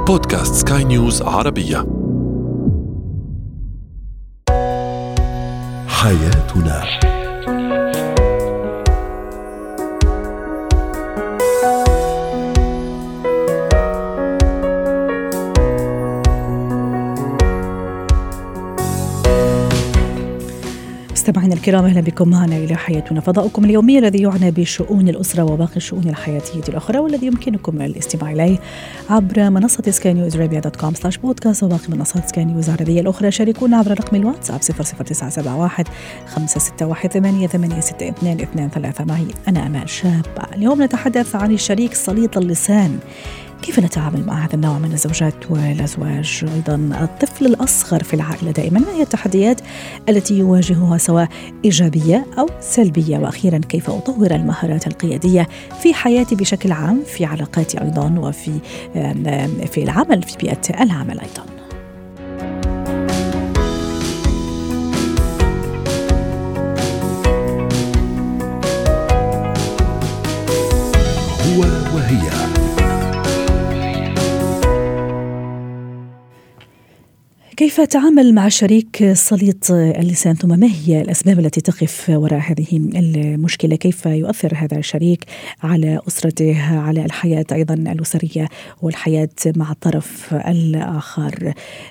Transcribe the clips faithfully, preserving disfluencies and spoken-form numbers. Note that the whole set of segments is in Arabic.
بودكاست سكاي نيوز عربية. حياتنا. مستمعينا الكرام، أهلا بكم معنا إلى حياتنا، فضاؤكم اليومي الذي يعنى بشؤون الأسرة وباقي الشؤون الحياتية الأخرى، والذي يمكنكم الاستماع إليه عبر منصة سكاي نيوز عربية دوت كوم سلاش بودكاست وباقي منصات سكاي نيوز عربية الأخرى. شاركونا عبر رقم الواتساب صفر صفر تسعة سبعة واحد خمسة ستة واحد ثمانية ثمانية ستة اثنين اثنين ثلاثة. معي أنا أمال شاب. اليوم نتحدث عن الشريك سليط اللسان. كيف نتعامل مع هذا النوع من الزوجات والأزواج، أيضا الطفل الأصغر في العائلة دائما؟ ما هي التحديات التي يواجهها سواء إيجابية أو سلبية؟ وأخيرا كيف أطور المهارات القيادية في حياتي بشكل عام، في علاقاتي أيضا، وفي في العمل، في بيئة العمل أيضا. هو وهي. كيف أتعامل مع شريك سليط اللسان؟ ثم ما هي الأسباب التي تقف وراء هذه المشكلة؟ كيف يؤثر هذا الشريك على أسرته، على الحياة أيضا الأسرية والحياة مع الطرف الآخر؟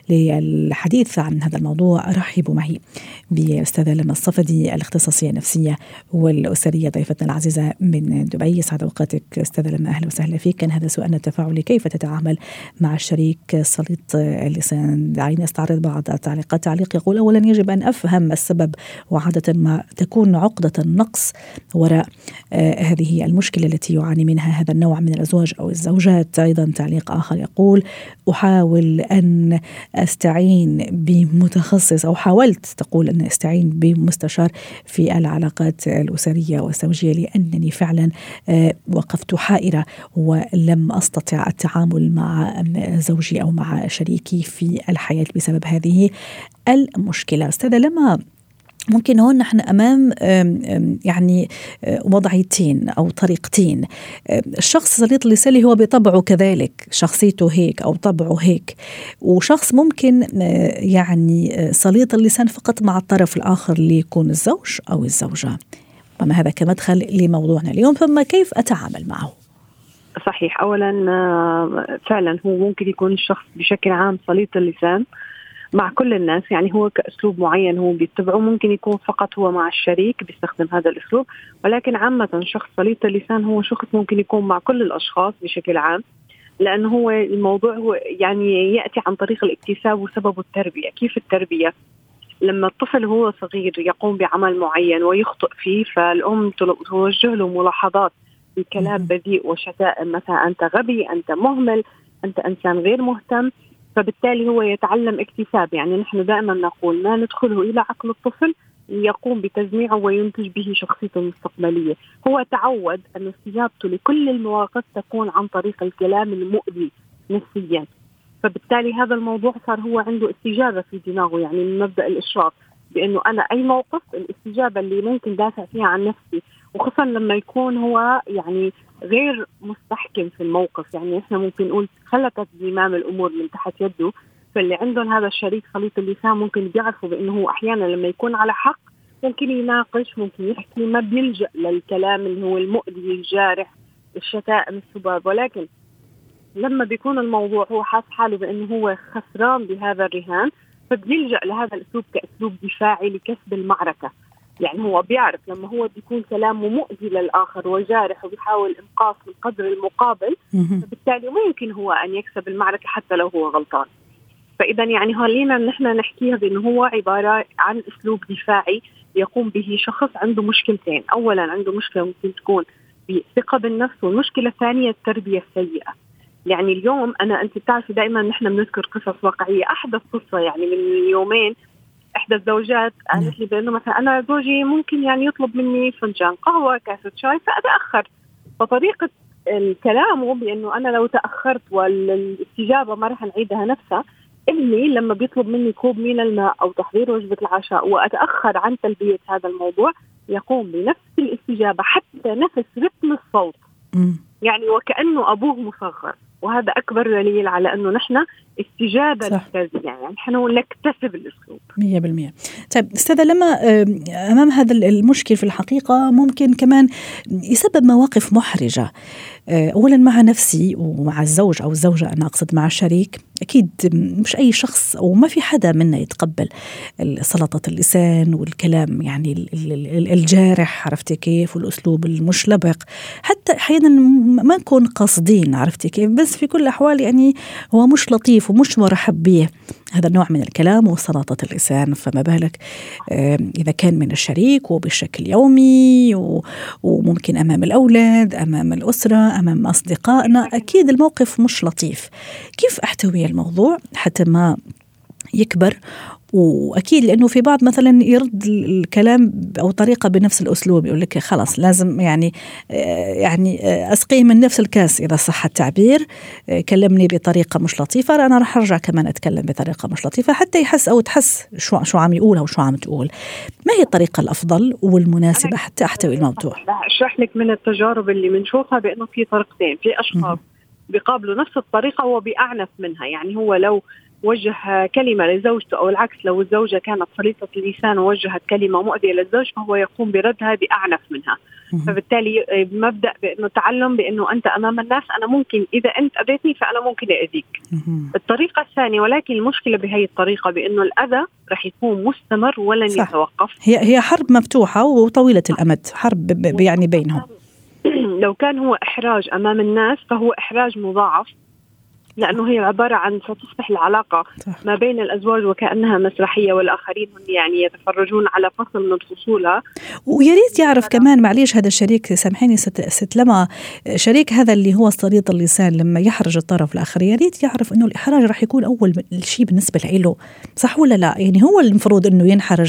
للحديث عن هذا الموضوع أرحب معي بأستاذة لما الصفدي، الاختصاصية النفسية والأسرية، ضيفتنا العزيزة من دبي. يسعد أوقاتك أستاذة لما، أهلا وسهلا فيك. كان هذا سؤالنا التفاعلي: كيف تتعامل مع الشريك سليط اللسان؟ دعينا نستعرض بعض التعليقات. تعليق يقول: أولا يجب أن أفهم السبب، وعادة ما تكون عقدة النقص وراء آه هذه المشكلة التي يعاني منها هذا النوع من الأزواج أو الزوجات. أيضا تعليق آخر يقول: أحاول أن أستعين بمتخصص، أو حاولت تقول أن أستعين بمستشار في العلاقات الأسرية والزوجية، لأنني فعلا آه وقفت حائرة ولم أستطع التعامل مع زوجي أو مع شريكي في الحياة بسبب هذه المشكلة. أستاذة لما، ممكن هون نحن أمام يعني وضعيتين أو طريقتين. الشخص سليط اللسان هو بطبعه كذلك، شخصيته هيك أو طبعه هيك، وشخص ممكن يعني سليط اللسان فقط مع الطرف الآخر اللي يكون الزوج أو الزوجة. وما هذا كمدخل لموضوعنا اليوم، ثم كيف أتعامل معه؟ صحيح. أولا فعلا هو ممكن يكون الشخص بشكل عام سليط اللسان مع كل الناس، يعني هو كأسلوب معين هو بيتبعه، ممكن يكون فقط هو مع الشريك بيستخدم هذا الأسلوب، ولكن عامة شخص سليط اللسان هو شخص ممكن يكون مع كل الأشخاص بشكل عام، لأنه هو الموضوع هو يعني يأتي عن طريق الاكتساب وسبب التربية. كيف التربية؟ لما الطفل هو صغير يقوم بعمل معين ويخطئ فيه، فالأم توجه له ملاحظات بكلام بذيء وشتائم، مثلا أنت غبي، أنت مهمل، أنت إنسان غير مهتم، فبالتالي هو يتعلم اكتساب. يعني نحن دائما نقول ما ندخله إلى عقل الطفل يقوم بتجميعه وينتج به شخصيته المستقبلية. هو تعود أن استجابته لكل المواقف تكون عن طريق الكلام المؤذي نفسيا، فبالتالي هذا الموضوع صار هو عنده استجابة في دماغه، يعني من مبدأ الإشراف، بأنه أنا أي موقف الاستجابة اللي ممكن دافع فيها عن نفسي، وخصوصا لما يكون هو يعني غير مستحكم في الموقف. يعني إحنا ممكن نقول خلتت زمام الأمور من تحت يده، فاللي عندهم هذا الشريك سليط اللسان ممكن بيعرفوا بأنه هو أحيانا لما يكون على حق ممكن يناقش، ممكن يحكي، ما بيلجأ للكلام اللي هو المؤذي الجارح، الشتائم، السباب. ولكن لما بيكون الموضوع هو حاس حاله بأنه هو خسران بهذا الرهان، فبيلجأ لهذا الأسلوب كأسلوب دفاعي لكسب المعركة. يعني هو بيعرف لما هو بيكون كلامه مؤذي للآخر وجارح وبيحاول إنقاص القدر المقابل، فبالتالي ممكن هو أن يكسب المعركة حتى لو هو غلطان. فإذا يعني هالينا نحن نحكيها بأنه هو عبارة عن أسلوب دفاعي يقوم به شخص عنده مشكلتين. أولا عنده مشكلة ممكن تكون بثقة بالنفس، والمشكلة الثانية التربية السيئة. يعني اليوم أنا أنت بتعرفي دائما نحن بنذكر قصص واقعية. أحدث قصة يعني من يومين، إحدى الزوجات قالت لي بأنه مثلا أنا زوجي ممكن يعني يطلب مني فنجان قهوة، كاسة شاي، فأتأخر. فطريقة الكلام بأنه أنا لو تأخرت والاستجابة ما رح نعيدها نفسها، ابني لما بيطلب مني كوب من الماء أو تحضير وجبة العشاء وأتأخر عن تلبية هذا الموضوع، يقوم بنفس الاستجابة حتى نفس رتم الصوت، يعني وكأنه أبوه مصغر. وهذا أكبر دليل على أنه نحن استجابة للتربية، يعني نحن نكتسب الأسلوب مية بالمية. طيب أستاذة، لما أمام هذا المشكل في الحقيقة ممكن كمان يسبب مواقف محرجة، أولا مع نفسي ومع الزوج أو الزوجة، أنا أقصد مع الشريك. أكيد مش أي شخص أو ما في حدا منا يتقبل سلطة اللسان والكلام يعني الجارح، عرفتي كيف، والأسلوب المش لبق، حتى أحيانا ما نكون قاصدين، عرفتي كيف، بس في كل الأحوال يعني هو مش لطيف ومش مرحب به هذا النوع من الكلام وسلطة اللسان. فما بالك إذا كان من الشريك وبشكل يومي وممكن أمام الأولاد، أمام الأسرة، أمام أصدقائنا، أكيد الموقف مش لطيف. كيف أحتوي الموضوع حتى ما يكبر؟ وأكيد لأنه في بعض مثلا يرد الكلام أو طريقة بنفس الأسلوب، يقول لك خلاص لازم يعني يعني أسقيه من نفس الكاس إذا صح التعبير، كلمني بطريقة مش لطيفة أنا رح أرجع كمان أتكلم بطريقة مش لطيفة حتى يحس أو تحس شو شو عم يقول أو شو عم تقول. ما هي الطريقة الأفضل والمناسبة حتى أحتوي الموضوع؟ أشرح لك من التجارب اللي بنشوفها بأنه في طريقتين. في أشخاص بيقابلوا نفس الطريقة وبيأعنف منها، يعني هو لو وجه كلمة لزوجته أو العكس، لو الزوجة كانت سليطة اللسان ووجهت كلمة مؤذية للزوج فهو يقوم بردها بأعنف منها. فبالتالي مبدأ بأنه تعلم بأنه أنت أمام الناس أنا ممكن إذا أنت أذيتني فأنا ممكن أذيك. الطريقة الثانية، ولكن المشكلة بهي الطريقة بأنه الأذى رح يكون مستمر ولن صح. يتوقف. هي هي حرب مفتوحة وطويلة الأمد، حرب يعني بينهم. لو كان هو إحراج أمام الناس فهو إحراج مضاعف، لأنه هي عبارة عن ستصبح العلاقة ما بين الأزواج وكأنها مسرحية، والآخرين هم يعني يتفرجون على فصل من فصولها. ويريد يعرف كمان، معليش هذا الشريك، سامحيني ست لما شريك هذا اللي هو سليط اللسان لما يحرج الطرف الآخر يريد يعرف إنه الإحراج راح يكون أول شيء بالنسبة له، صح ولا لا؟ يعني هو المفروض إنه ينحرج.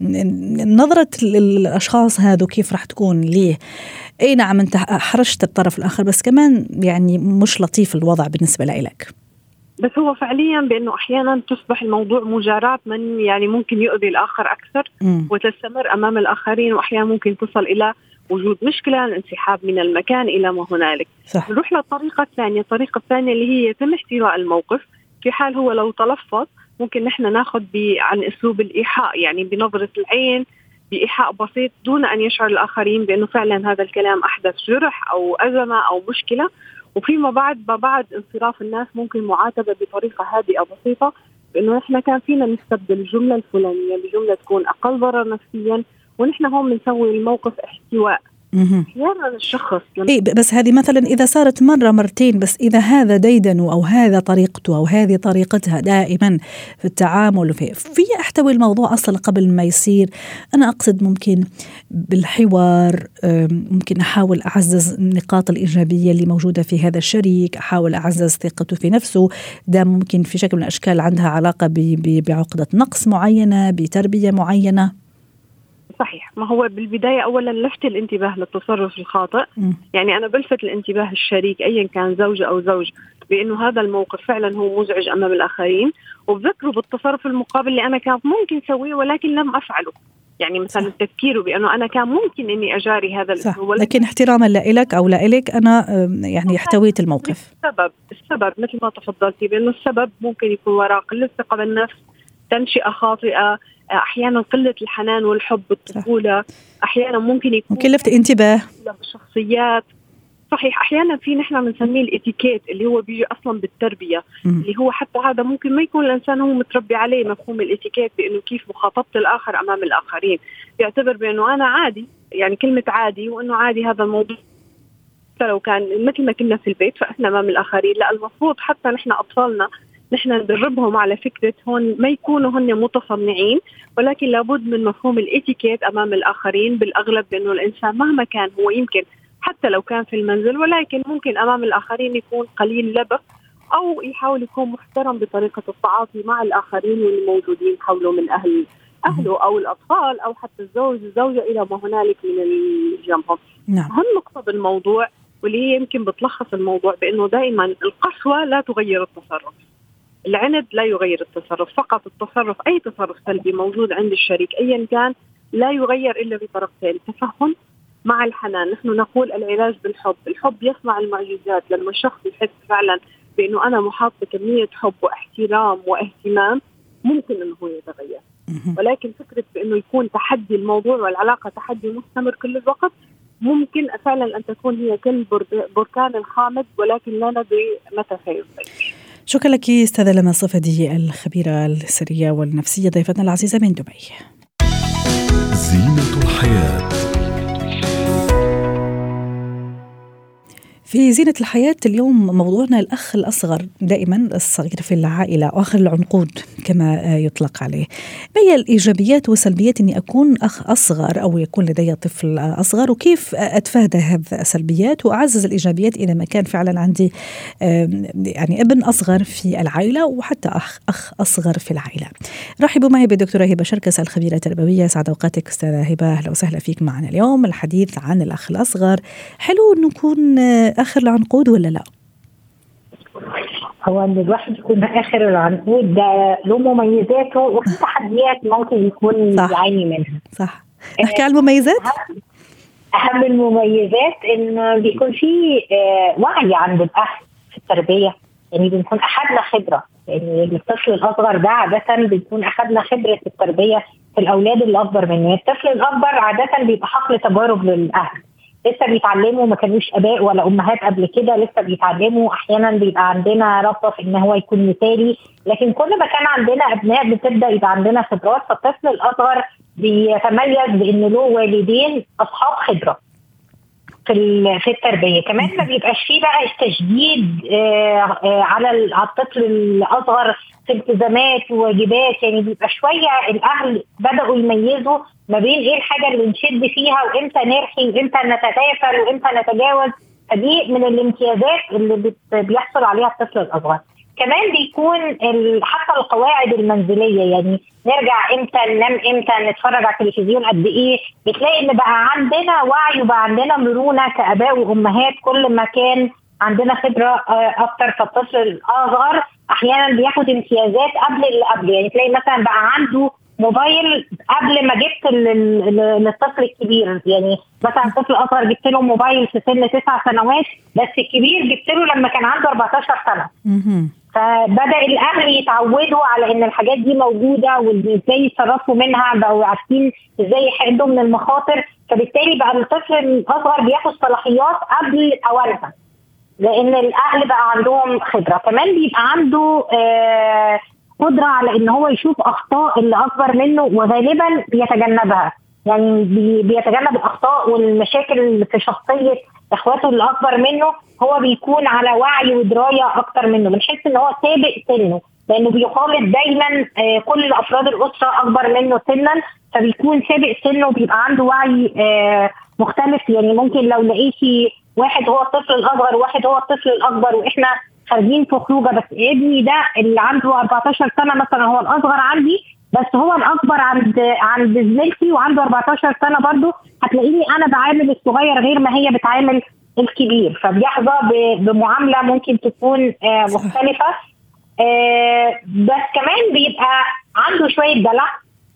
نظرة الأشخاص هذو كيف راح تكون ليه؟ أي نعم أنت حرجت الطرف الآخر، بس كمان يعني مش لطيف الوضع بالنسبة لك. بس هو فعليا بأنه أحيانا تصبح الموضوع مجاراة من يعني ممكن يؤذي الآخر أكثر م. وتستمر أمام الآخرين، وأحيانا ممكن تصل إلى وجود مشكلة، الانسحاب من المكان إلى ما هنالك. صح. نروح للطريقة الثانية. الطريقة الثانية اللي هي يتم احتواء الموقف، في حال هو لو تلفظ ممكن نحن ناخذ عن أسلوب الإيحاء، يعني بنظرة العين، بإيحاء بسيط دون أن يشعر الآخرين بأنه فعلا هذا الكلام أحدث جرح أو أزمة أو مشكلة. وفيما بعد بعد انصراف الناس ممكن معاتبة بطريقة هادئة بسيطة، بأنه إحنا كان فينا نستبدل الجملة الفلانية بجملة تكون أقل ضرر نفسيا، ونحن هم بنسوي الموقف احتواء. أحيانا الشخص إيه بس هذه مثلا إذا صارت مرة مرتين بس، إذا هذا ديدنه أو هذا طريقته أو هذه طريقتها دائما في التعامل في في أحتوي الموضوع أصلا قبل ما يصير. أنا أقصد ممكن بالحوار ممكن أحاول أعزز النقاط الإيجابية اللي موجودة في هذا الشريك، أحاول أعزز ثقته في نفسه، ده ممكن في شكل من الأشكال عندها علاقة بعقدة نقص معينة، بتربية معينة. صحيح. ما هو بالبداية أولا لفت الانتباه للتصرف الخاطئ. م. يعني أنا بلفت الانتباه الشريك أيا كان زوجة أو زوج بأنه هذا الموقف فعلا هو مزعج أمام الآخرين، وبذكره بالتصرف المقابل اللي أنا كان ممكن سويه ولكن لم أفعله. يعني مثلا التذكير بأنه أنا كان ممكن إني أجاري هذا الأسلوب، لكن احتراما لإلك أو لإلك أنا يعني احتويت الموقف. السبب السبب مثل ما تفضلتي بأنه السبب ممكن يكون وراء قلة ثقة بالنفس، تنشئة خاطئة، أحيانا قلة الحنان والحب بالطفولة، أحيانا ممكن يكون ممكن لفت انتباه بالشخصيات. صحيح. أحيانا في نحن بنسميه الاتيكيت اللي هو بيجي أصلا بالتربية، م. اللي هو حتى هذا ممكن ما يكون الإنسان هو متربي عليه، مفهوم الاتيكيت بأنه كيف مخاطبة الآخر أمام الآخرين، يعتبر بأنه أنا عادي، يعني كلمة عادي وأنه عادي هذا الموضوع لو كان مثل ما كنا في البيت فإحنا أمام الآخرين. لا، المفروض حتى نحن أطفالنا نحن ندربهم على فكرة هون ما يكونوا هن متصنعين، ولكن لابد من مفهوم الاتيكيت أمام الآخرين. بالأغلب بأنه الإنسان مهما كان هو يمكن حتى لو كان في المنزل، ولكن ممكن أمام الآخرين يكون قليل لبق، أو يحاول يكون محترم بطريقة التعاطي مع الآخرين واللي موجودين حوله من أهل أهله أو الأطفال أو حتى الزوج الزوجة إلى ما هنالك من جنبهم. نعم. هم نقطة بالموضوع واللي هي يمكن بتلخص الموضوع بأنه دائما القسوة لا تغير التصرف، العند لا يغير التصرف، فقط التصرف أي تصرف سلبي موجود عند الشريك أيا كان لا يغير إلا بطريقتين: التفهم مع الحنان. نحن نقول العلاج بالحب، الحب يصنع المعجزات. لما الشخص يحس فعلا بأنه أنا محاط بكمية حب واحترام واهتمام ممكن أنه هو يتغير. ولكن فكرة بأنه يكون تحدي الموضوع والعلاقة تحدي مستمر كل الوقت ممكن فعلا أن تكون هي كالبركان الخامد، ولكن لا ندري متى سينفجر. شكرا لك أستاذة لما صفدي، الخبيرة السرية والنفسية، ضيفتنا العزيزة من دبي. زينة الحياة. في زينة الحياة اليوم موضوعنا الأخ الأصغر، دائما الصغير في العائلة وآخر العنقود كما يطلق عليه. ما هي الإيجابيات والسلبيات أني أكون أخ أصغر أو يكون لدي طفل أصغر، وكيف أتفادى هذه السلبيات وأعزز الإيجابيات إذا ما كان فعلا عندي يعني ابن أصغر في العائلة وحتى أخ أخ أصغر في العائلة؟ رحبوا معي بالدكتورة هبة شركس، الخبيرة التربوية. سعد أوقاتك أستاذة هبة، أهلا وسهلا فيك معنا اليوم. الحديث عن الأخ الأصغر، حلو أن نكون آخر العنقود ولا لا؟ هو ان الواحد يكون اخر العنقود ده له مميزاته وفي تحديات ممكن يكون يعاني منها. صح، نحكي عن المميزات. اهم المميزات ان بيكون في وعي عند الاهل في التربيه، يعني بنكون اخذنا خبره. يعني الطفل الاصغر ده عاده بنكون اخذنا خبره التربيه في الاولاد اللي اكبر منه. الطفل الاكبر عاده بيبقى حقل تجارب للاهل، لسه بيتعلموا، ما كانوش اباء ولا امهات قبل كده، لسه بيتعلموا. احيانا بيبقى عندنا رغبه في ان هو يكون مثالي، لكن كل ما كان عندنا ابناء بتبدا يبقى عندنا خبرات. فالطفل الاصغر بيتميز بان له والدين اصحاب خبره في في التربيه. كمان ما بيبقاش فيه بقى التشديد على الطفل الاصغر في التزامات وواجبات. يعني بيبقى شويه الاهل بداوا يميزوا ما بين ايه الحاجه اللي نشد فيها وامتى نرخي وامتى نتدافر وامتى نتجاوز. فدي من الامتيازات اللي بيحصل عليها الطفل الاصغر. كمان بيكون حتى القواعد المنزليه، يعني نرجع امتى، ننام امتى، نتفرج على التلفزيون قد ايه. بتلاقي ان بقى عندنا وعي وبقى عندنا مرونه كاباء وامهات كل ما كان عندنا خبره اكتر. فالطفل الاصغر احيانا بياخد امتيازات قبل اللي قبل. يعني تلاقي مثلا بقى عنده موبايل قبل ما جبت للطفل الكبير. يعني مثلا الطفل الاصغر جبت له موبايل في سن تسع سنوات، بس الكبير جبت له لما كان عنده أربعتاشر سنة. فبدأ الأهل يتعودوا على إن الحاجات دي موجودة وإزاي يتصرفوا منها، بقوا عارفين إزاي يحدوا من المخاطر. فبالتالي بقى الطفل الأصغر بياخد صلاحيات قبل أوانها، لأن الأهل بقى عندهم خبرة. كمان بيبقى عنده آه قدرة على إن هو يشوف أخطاء اللي أكبر منه وغالبا بيتجنبها. يعني بيتجنب الأخطاء والمشاكل في شخصية إخواته اللي أكبر منه. هو بيكون على وعي ودراية أكتر منه، بنحس إن هو سابق سنه، لأنه بيخالط دايما كل أفراد الأسرة أكبر منه سنا، فبيكون سابق سنه وبيبقى عنده وعي مختلف. يعني ممكن لو لقيتي واحد هو الطفل الأصغر وواحد هو الطفل الأكبر وإحنا خارجين في خروجه، بس ابني ده اللي عنده أربعتاشر سنة مثلا هو الأصغر عندي، بس هو الأكبر عند عند زميلتي وعنده أربعتاشر سنة برضو، هتلاقيني أنا بعامل الصغير غير ما هي بتعامل الكبير. فبيحظى بمعاملة ممكن تكون مختلفة. بس كمان بيبقى عنده شوية دلع،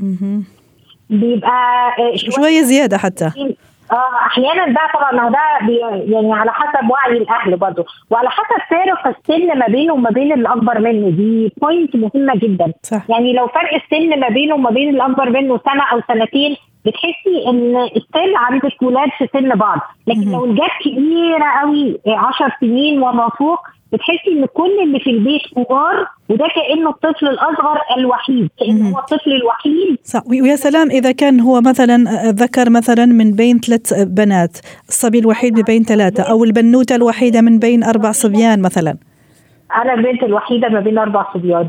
بيبقى شوية زيادة حتى. اه احيانا ده طبعا ده يعني على حسب وعي الاهل برضه، وعلى حسب فارق السن ما بينه وما بين اللي اكبر منه. دي بوينت مهمه جدا. صح. يعني لو فرق السن ما بينه وما بين اللي اكبر منه سنه او سنتين، بتحسي ان السن عندك ولاد في سن بعض. لكن لو الجاب كبيره قوي عشر سنين وما فوق، بتحسي ان كل اللي في البيت كبار، وده كأنه الطفل الأصغر الوحيد، كأنه هو الطفل الوحيد. صح. ويا سلام إذا كان هو مثلا ذكر مثلا من بين ثلاث بنات، الصبي الوحيد من بين ثلاثة، أو البنوتة الوحيدة من بين أربع صبيان مثلا. أنا البنت الوحيدة ما بين أربع صبيان.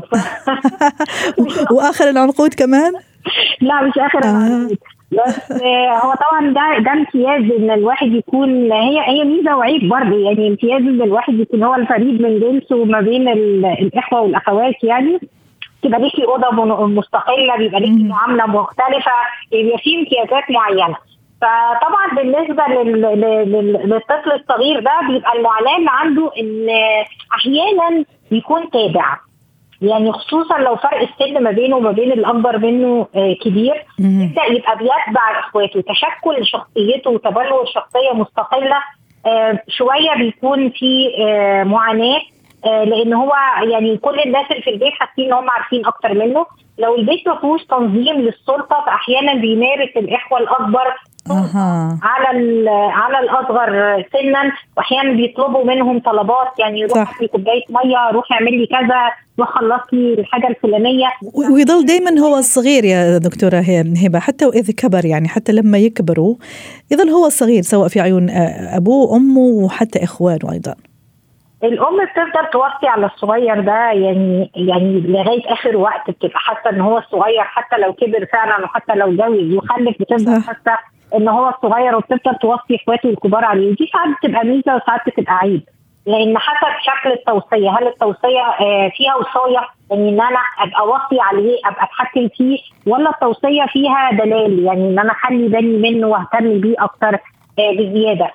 وآخر العنقود كمان؟ لا مش آخر العنقود. بس هو طبعا ده ده امتياز ان الواحد يكون، هي هي ميزه وعيب برضه. يعني امتياز ان الواحد يكون هو الفريد من جنسه ما بين الاخوه والاخوات. يعني تبقى ليكي اوضه مستقله، بيبقى ليكي معامله مختلفه، يبقى في امتيازات معينه. فطبعا بالنسبه للطفل الصغير ده بيبقى المعاناه اللي عنده ان احيانا بيكون تابع. يعني خصوصا لو فرق السن ما بينه وما بين الأكبر منه كبير، يبدأ يبقى بيتبع إخواته، تشكل شخصيته وتبلور الشخصية مستقلة شوية بيكون في معاناة، لأن هو يعني كل الناس اللي في البيت حاسين إن هم عارفين أكتر منه. لو البيت ما فيهوش تنظيم للسلطة فأحيانا بيمارس الإخوة الأكبر أه. على على الأصغر سنا، وأحيانا بيطلبوا منهم طلبات، يعني روح لي كوباية مية، روح اعمل لي كذا، روح خلص لي الحاجة الفلانية. ويضل دايما هو الصغير يا دكتورة هبة حتى وإذا كبر، يعني حتى لما يكبروا يظل هو الصغير سواء في عيون أبوه وأمه وحتى إخوانه أيضا. الأم بتفضل توصي على الصغير ده يعني يعني لغاية آخر وقت، بتبقى حاسة إن هو الصغير حتى لو كبر فعلا وحتى لو جوز وخلف بتفضل حاسة إن هو الصغير، وبتفضل توصي إخواته الكبار عليه. ودي ساعات بتبقى ميزة وساعات بتبقى عيب، لأن حسب شكل التوصية. هل التوصية فيها وصاية يعني إن أنا أبقى وصي عليه أبقى أتحكم فيه، ولا التوصية فيها دلال يعني إن أنا أخلي بالي منه واهتم بيه أكتر بزيادة.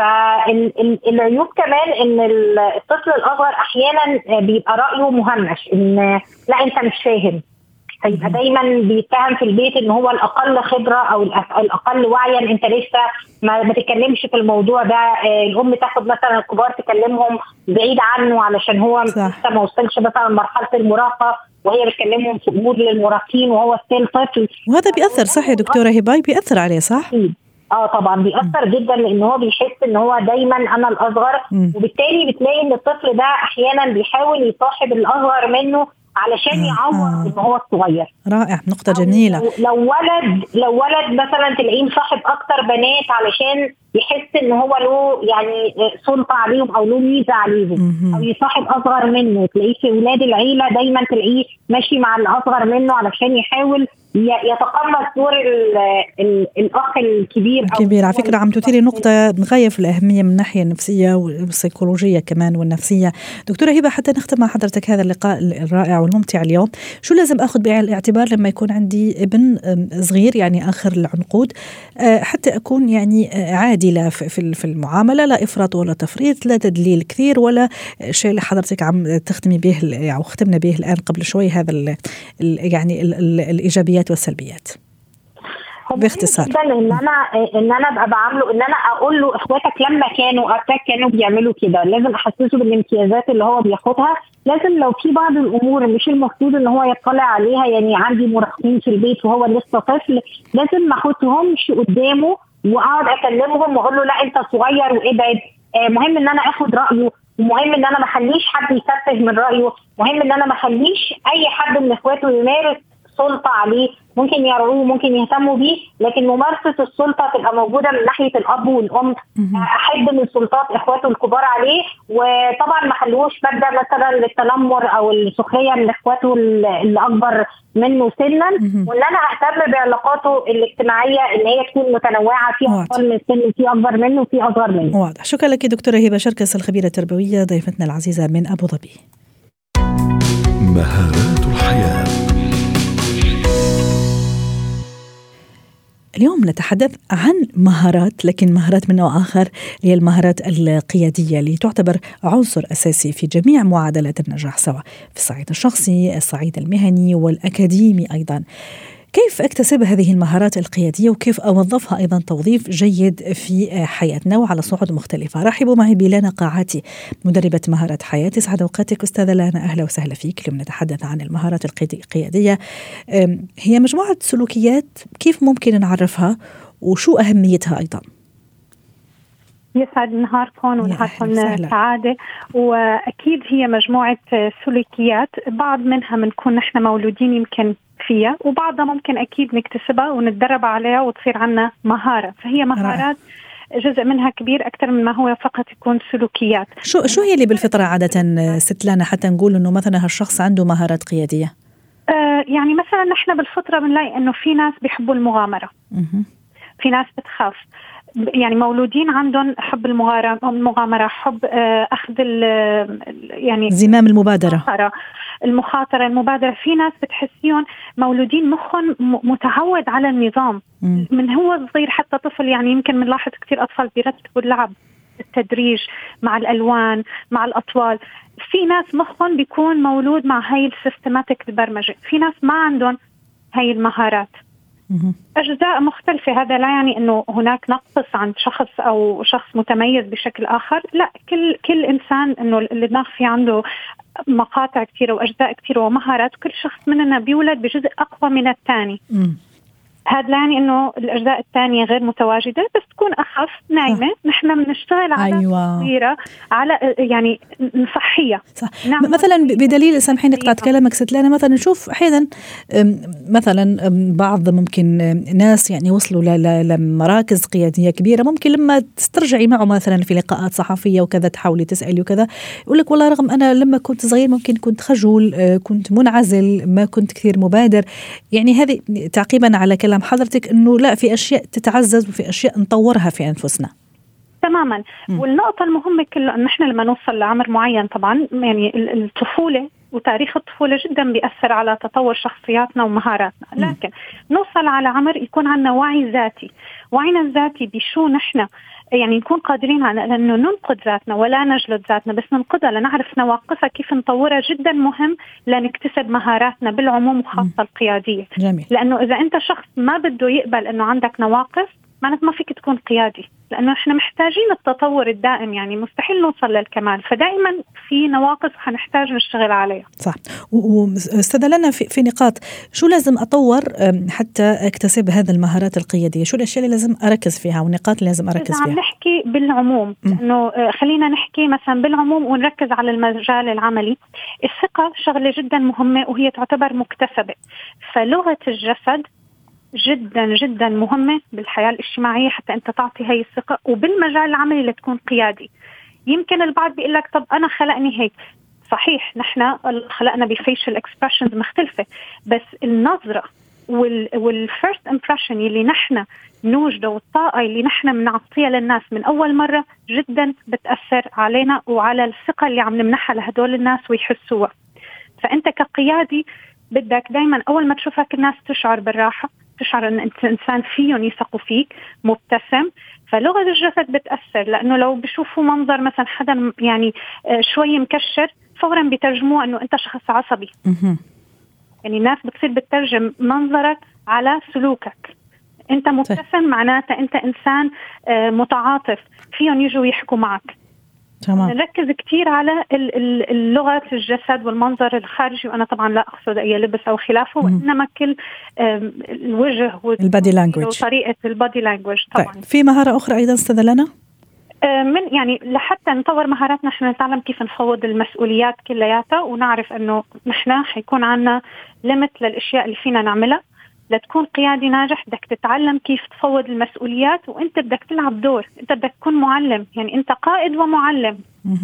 فالعيوب كمان ان الطفل الاصغر احيانا بيبقى رايه مهمش، ان لا انت مش فاهم، فيبقى دايما بيتهم في البيت ان هو الاقل خبره او الاقل وعيا، انت لسه ما, ما تتكلمش في الموضوع ده. الام تاخد مثلا الكبار تكلمهم بعيد عنه علشان هو لسه ما وصلش مثلا مرحله المراهقه، وهي بتكلمهم في امور للمراهقين وهو ستيل طفل. وهذا بيأثر صح يا دكتوره هباي؟ بيأثر عليه صح؟ اه طبعا بيأثر جدا، لان هو بيحس ان هو دايما انا الاصغر، وبالتالي بتلاقي ان الطفل ده احيانا بيحاول يصاحب الاصغر منه علشان يعوض ان هو الصغير. رائع، نقطة جميلة. لو, لو ولد لو ولد مثلا تلاقيه مصاحب اكتر بنات علشان يحس ان هو له يعني سلطة عليهم او له ميزة عليهم، او يصاحب اصغر منه. تلاقيه في ولاد العيلة دايما تلاقيه ماشي مع الاصغر منه علشان يحاول يتقمص دور الأخ الكبير. كبير على فكرة عم تثيري نقطة غاية في الأهمية من الناحية النفسية والسيكولوجية كمان والنفسية. دكتورة هبة حتى نختم مع حضرتك هذا اللقاء الرائع والممتع اليوم، شو لازم أخذ بعين الاعتبار لما يكون عندي ابن صغير يعني آخر العنقود، حتى أكون يعني عادلة في المعاملة، لا إفراط ولا تفريط، لا تدليل كثير ولا شيء اللي حضرتك عم تختمي به أو ختمنا به الآن قبل شوي، هذا ال يعني ال ال الإيجابيات والسلبيات باختصار. ان انا ان انا ابقى بعامله، ان انا اقول له اخواتك لما كانوا اتاك كانوا بيعملوا كده، لازم احسسه بالامتيازات اللي هو بياخدها. لازم لو في بعض الامور مش المفروض ان هو يطلع عليها، يعني عندي مراهقين في البيت وهو لسه طفل، لازم ما احطهمش قدامه واقعد اكلمهم واقول له لا انت صغير وابعد. آه مهم ان انا اخد رايه، ومهم ان انا ما اخليش حد يسفه من رايه، مهم ان انا ما اخليش اي حد من اخواته يمارس سلطة عليه. ممكن يرعوه ممكن يهتموا بيه، لكن ممارسة السلطة تبقى موجودة من ناحية الأب والأم. أحد من سلطات إخواته الكبار عليه، وطبعا ما خلوش مادة مثلا للتنمر أو السخرية من إخواته اللي أكبر منه سنا، وإن أنا أهتم بعلاقاته الاجتماعية اللي هي تكون متنوعة، في أطفال من السن، في أكبر منه وفي أصغر منه. واضح. شكرا لك دكتورة هبة شركس الخبيرة التربوية ضيفتنا العزيزة من أبو ظبي. مهارات الحياة. اليوم نتحدث عن مهارات، لكن مهارات من نوع آخر، هي المهارات القيادية اللي تعتبر عنصر أساسي في جميع معادلات النجاح، سواء في الصعيد الشخصي، الصعيد المهني والأكاديمي أيضا. كيف أكتسب هذه المهارات القيادية وكيف أوظفها أيضا توظيف جيد في حياتنا وعلى صعود مختلفة؟ رحبوا معي بلانا قاعاتي، مدربة مهارات حياة. تسعد أوقاتك أستاذة لانا، أهلا وسهلا فيك. اليوم نتحدث عن المهارات القيادية، هي مجموعة سلوكيات، كيف ممكن نعرفها وشو أهميتها أيضا؟ يسعد نهاركم ونهاركم سعادة. وأكيد هي مجموعة سلوكيات، بعض منها بنكون نحن مولودين يمكن فيها، وبعضها ممكن أكيد نكتسبها ونتدرب عليها وتصير عنا مهارة. فهي مهارات جزء منها كبير أكثر من ما هو فقط يكون سلوكيات. شو شو هي اللي بالفطرة عادة ست لانا حتى نقول إنه مثلا هالشخص عنده مهارات قيادية؟ آه يعني مثلا نحن بالفطرة بنلاقي إنه في ناس بيحبوا المغامرة، في ناس بتخاف، يعني مولودين عندهم حب المغامرة، حب أخذ يعني زمام المبادرة، المخاطرة، المبادرة. في ناس بتحسيهم مولودين مخهم متعود على النظام م. من هو صغير، حتى طفل يعني يمكن بنلاحظ كتير أطفال بيرتبوا اللعب التدريج، مع الألوان، مع الأطوال. في ناس مخهم بيكون مولود مع هاي السيستماتيك البرمجة، في ناس ما عندهم هاي المهارات. أجزاء مختلفة. هذا لا يعني أنه هناك نقص عند شخص أو شخص متميز بشكل آخر، لا، كل كل إنسان أنه اللي دماغ في عنده مقاطع كثيرة وأجزاء كثيرة ومهارات، وكل شخص مننا بيولد بجزء أقوى من الثاني. هذا يعني إنه الأجزاء الثانية غير متواجدة، بس تكون أخف نايمة. صح. نحن بنشتغل على أيوة. على يعني نصحية. مثلا بدليل، سامحيني قطعت كلامك ستلانا، مثلا نشوف أحيانا مثلا بعض ممكن ناس يعني وصلوا لمراكز قيادية كبيرة، ممكن لما تسترجعي معه مثلا في لقاءات صحفية وكذا تحاولي تسألي وكذا، يقول لك والله رغم أنا لما كنت صغير ممكن كنت خجول، كنت منعزل، ما كنت كثير مبادر. يعني هذه تعقيبا على كلام حضرتك انه لا، في اشياء تتعزز وفي اشياء نطورها في انفسنا. تماما. م. والنقطه المهمه كله ان احنا لما نوصل لعمر معين، طبعا يعني الطفوله وتاريخ الطفوله جدا بيأثر على تطور شخصياتنا ومهاراتنا، لكن م. نوصل على عمر يكون عندنا وعي ذاتي. وعينا الذاتي بشو نحن يعني نكون قادرين على أنه ننقذ ذاتنا ولا نجلد ذاتنا، بس ننقذها لنعرف نواقصها كيف نطورها. جدا مهم لنكتسب مهاراتنا بالعموم وخاصة القيادية. جميل. لأنه إذا أنت شخص ما بده يقبل أنه عندك نواقص، معناته ما فيك تكون قيادي، لأنه إحنا محتاجين التطور الدائم، يعني مستحيل نوصل للكمال، فدائما في نواقص وحنحتاج نشتغل عليها. صح. واستدلنا في, في نقاط شو لازم أطور حتى أكتسب هذا المهارات القيادية، شو الأشياء اللي لازم أركز فيها والنقاط اللي لازم أركز فيها. عم نحكي بالعموم، إنه خلينا نحكي مثلا بالعموم ونركز على المجال العملي. الثقة شغلة جدا مهمة وهي تعتبر مكتسبة، فلغة الجسد جدا جدا مهمة بالحياة الاجتماعية حتى أنت تعطي هاي الثقة، وبالمجال العملي لتكون قيادي. يمكن البعض بيقول لك طب أنا خلقني هيك، صحيح نحن خلقنا بفيشل اكسبريشنز مختلفة، بس النظرة والفيرست امبريشن اللي نحن نوجده والطاقة اللي نحن بنعطيها للناس من أول مرة جدا بتأثر علينا وعلى الثقة اللي عم نمنحها لهدول الناس ويحسوها. فأنت كقيادي بدك دايما أول ما تشوفك الناس تشعر بالراحة، تشعر أن أنت إنسان فيهم يثقوا فيك، مبتسم. فلغة الجسد بتأثر، لأنه لو بشوفوا منظر مثلا حدا يعني شوي مكشر فورا بيترجموه أنه أنت شخص عصبي. يعني الناس بتصير بتترجم منظرك على سلوكك. أنت مبتسم معناته أنت إنسان متعاطف، فيهم يجوا يحكوا معك. تمام. نركز كتير على اللغة الجسد والمنظر الخارجي، وأنا طبعا لا أقصد أي لبس أو خلافه، وإنما كل الوجه والبادي لانجويج وطريقة البادي لانجويج. طبعا طيب. في مهارة أخرى أيضا استدلنا من يعني لحتى نطور مهاراتنا نحن نتعلم كيف نفوض المسؤوليات كلياتها، ونعرف أنه نحن حيكون عنا ليميت للأشياء اللي فينا نعملها. لتكون قيادي ناجح بدك تتعلم كيف تفوض المسؤوليات، وانت بدك تلعب دور، انت بدك تكون معلم، يعني انت قائد ومعلم.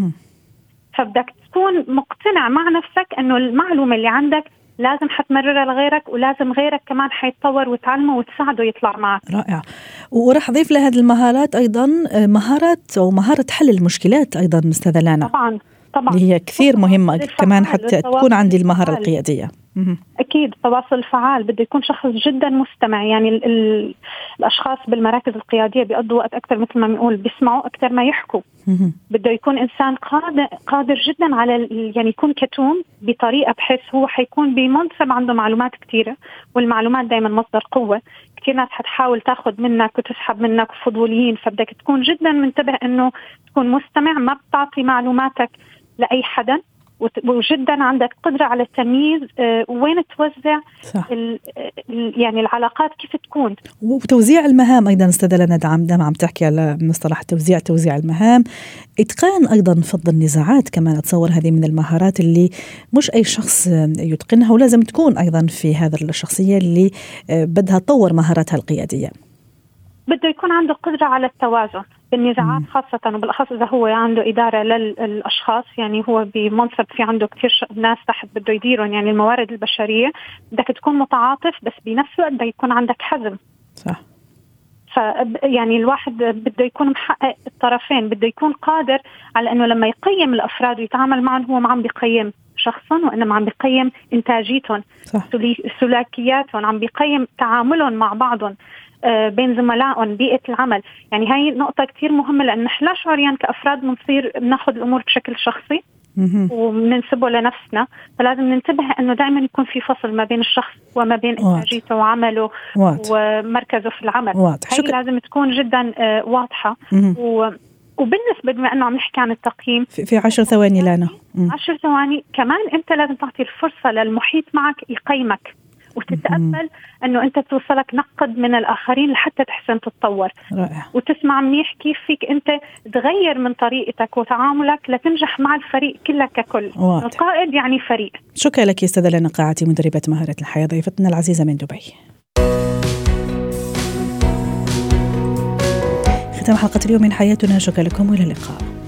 فبدك تكون مقتنع مع نفسك انه المعلومة اللي عندك لازم حتمررها لغيرك، ولازم غيرك كمان حيتطور وتعلمه وتساعده يطلع معك. رائع. وراح أضيف لهذه المهارات أيضا مهارات أو مهارة حل المشكلات أيضا استاذ. طبعا طبعا اللي هي كثير مهمة كمان حتى تكون عندي المهارة القيادية. أكيد التواصل فعال، بده يكون شخص جدا مستمع. يعني ال ال الأشخاص بالمراكز القيادية بيقضوا وقت أكثر، مثل ما بنقول بيسمعوا أكثر ما يحكوا. بده يكون إنسان قادر قادر جدا على يعني يكون كتوم بطريقة بحيث هو حيكون بمنصب عنده معلومات كثيرة، والمعلومات دائما مصدر قوة. كثير ناس حتحاول تاخذ منك وتسحب منك فضوليين، فبدك تكون جدا منتبه إنه تكون مستمع، ما بتعطي معلوماتك لأي حدا، وجدا عندك قدرة على التمييز وين توزع يعني العلاقات كيف تكون، وتوزيع المهام أيضا. استدلنا دعم دام عم تحكي على مصطلح توزيع توزيع المهام، إتقان أيضا فض النزاعات كمان. أتصور هذه من المهارات اللي مش أي شخص يتقنها، ولازم تكون أيضا في هذا الشخصية اللي بدها تطور مهاراتها القيادية. بده يكون عنده قدرة على التوازن بالنزاعات، خاصة وبالأخص إذا هو عنده إدارة للأشخاص، يعني هو بمنصب في عنده كثير ناس تحت بده يديرون، يعني الموارد البشرية. بدك تكون متعاطف، بس بنفس الوقت بده يكون عندك حزم. صح. ف يعني الواحد بده يكون محقق الطرفين، بده يكون قادر على إنه لما يقيم الأفراد ويتعامل معهم هو ما عم بيقيم شخصا، وإنما عم بيقيم إنتاجيتهم، سلوكياتهم، عم بيقيم تعاملهم مع بعضهم. بين زملائهم، بيئة العمل. يعني هاي نقطة كتير مهمة، لأن نحن لا شعوريا كأفراد بنصير بناخذ الأمور بشكل شخصي وبننسبه لنفسنا، فلازم ننتبه أنه دائما يكون في فصل ما بين الشخص وما بين إنتاجيته وعمله واضح. ومركزه في العمل. واضح. هاي شكرا. لازم تكون جدا واضحة. و وبالنسبة بما أنه عم نحكي عن التقييم في, في عشر ثواني لنا عشر ثواني كمان، أنت لازم تعطي الفرصة للمحيط معك يقيمك وتتقبل أنه أنت توصلك نقد من الآخرين لحتى تحسن تتطور. رائع. وتسمع منيح كيف فيك أنت تغير من طريقتك وتعاملك لتنجح مع الفريق كله ككل. واضح. القائد يعني فريق. شكرا لك أستاذة لنا قاعتي، مدربة مهارة الحياة، ضيفتنا العزيزة من دبي. ختام حلقة اليوم من حياتنا، شكرا لكم وإلى اللقاء.